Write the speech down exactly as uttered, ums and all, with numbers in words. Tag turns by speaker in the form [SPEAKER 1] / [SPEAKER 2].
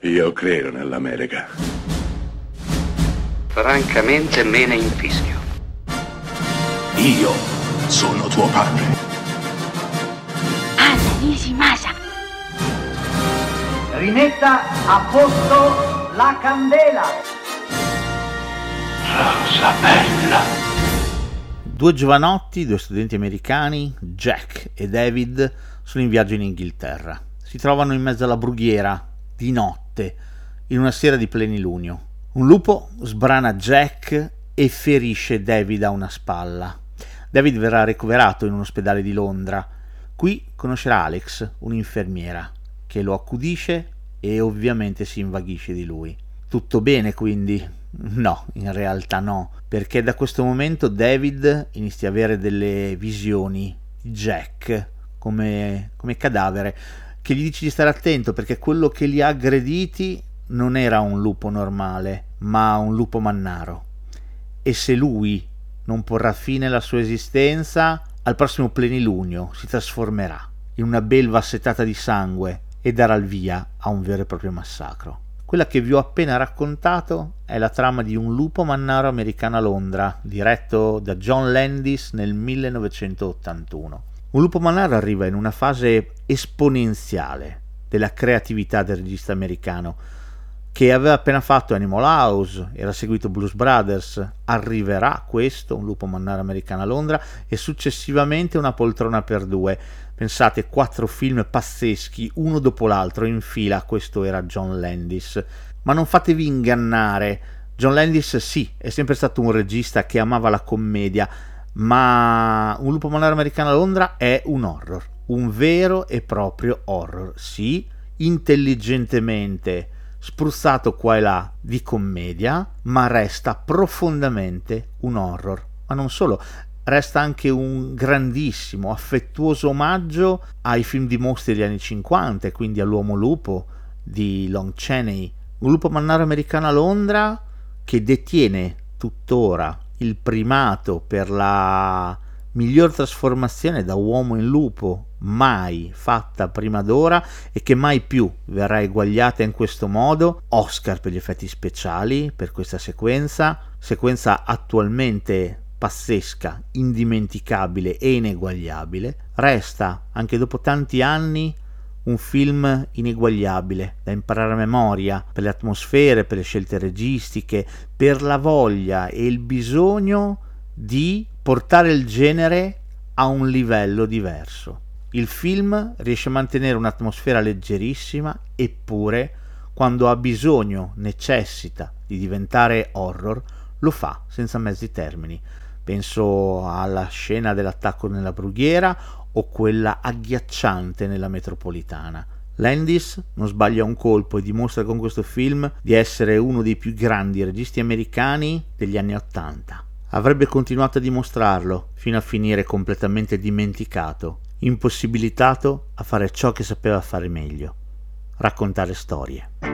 [SPEAKER 1] Io credo nell'America.
[SPEAKER 2] Francamente me ne infischio.
[SPEAKER 3] Io sono tuo padre.
[SPEAKER 4] Anna Nishimasa.
[SPEAKER 5] Rimetta a posto la candela.
[SPEAKER 3] Rosa bella.
[SPEAKER 6] Due giovanotti, due studenti americani, Jack e David, sono in viaggio in Inghilterra. Si trovano in mezzo alla brughiera, di notte, in una sera di plenilunio. Un lupo sbrana Jack e ferisce David a una spalla. David verrà ricoverato in un ospedale di Londra. Qui conoscerà Alex, un'infermiera, che lo accudisce e ovviamente si invaghisce di lui. Tutto bene quindi? No, in realtà no, perché da questo momento David inizia a avere delle visioni di Jack come, come cadavere, che gli dice di stare attento perché quello che li ha aggrediti non era un lupo normale, ma un lupo mannaro. E se lui non porrà fine alla sua esistenza, al prossimo plenilunio si trasformerà in una belva assetata di sangue e darà il via a un vero e proprio massacro. Quella che vi ho appena raccontato è la trama di Un lupo mannaro americano a Londra, diretto da John Landis nel millenovecentottantuno. Un lupo mannaro arriva in una fase esponenziale della creatività del regista americano, che aveva appena fatto Animal House, era seguito Blues Brothers, arriverà questo, Un lupo mannaro americano a Londra, e successivamente Una poltrona per due. Pensate, quattro film pazzeschi, uno dopo l'altro, in fila. Questo era John Landis. Ma non fatevi ingannare, John Landis sì, è sempre stato un regista che amava la commedia, ma Un lupo mannaro americano a Londra è un horror, un vero e proprio horror, sì, intelligentemente spruzzato qua e là di commedia, ma resta profondamente un horror. Ma non solo, resta anche un grandissimo, affettuoso omaggio ai film di mostri degli anni cinquanta, e quindi all'Uomo Lupo di Lon Chaney. Un lupo mannaro americano a Londra che detiene tuttora il primato per la miglior trasformazione da uomo in lupo mai fatta prima d'ora e che mai più verrà eguagliata in questo modo. Oscar per gli effetti speciali per questa sequenza, sequenza attualmente pazzesca, indimenticabile e ineguagliabile. Resta anche dopo tanti anni un film ineguagliabile da imparare a memoria per le atmosfere, per le scelte registiche, per la voglia e il bisogno di portare il genere a un livello diverso. Il film riesce a mantenere un'atmosfera leggerissima, eppure quando ha bisogno, necessita di diventare horror, lo fa senza mezzi termini. Penso alla scena dell'attacco nella brughiera o quella agghiacciante nella metropolitana. Landis non sbaglia un colpo e dimostra con questo film di essere uno dei più grandi registi americani degli anni Ottanta. Avrebbe continuato a dimostrarlo fino a finire completamente dimenticato, impossibilitato a fare ciò che sapeva fare meglio: raccontare storie.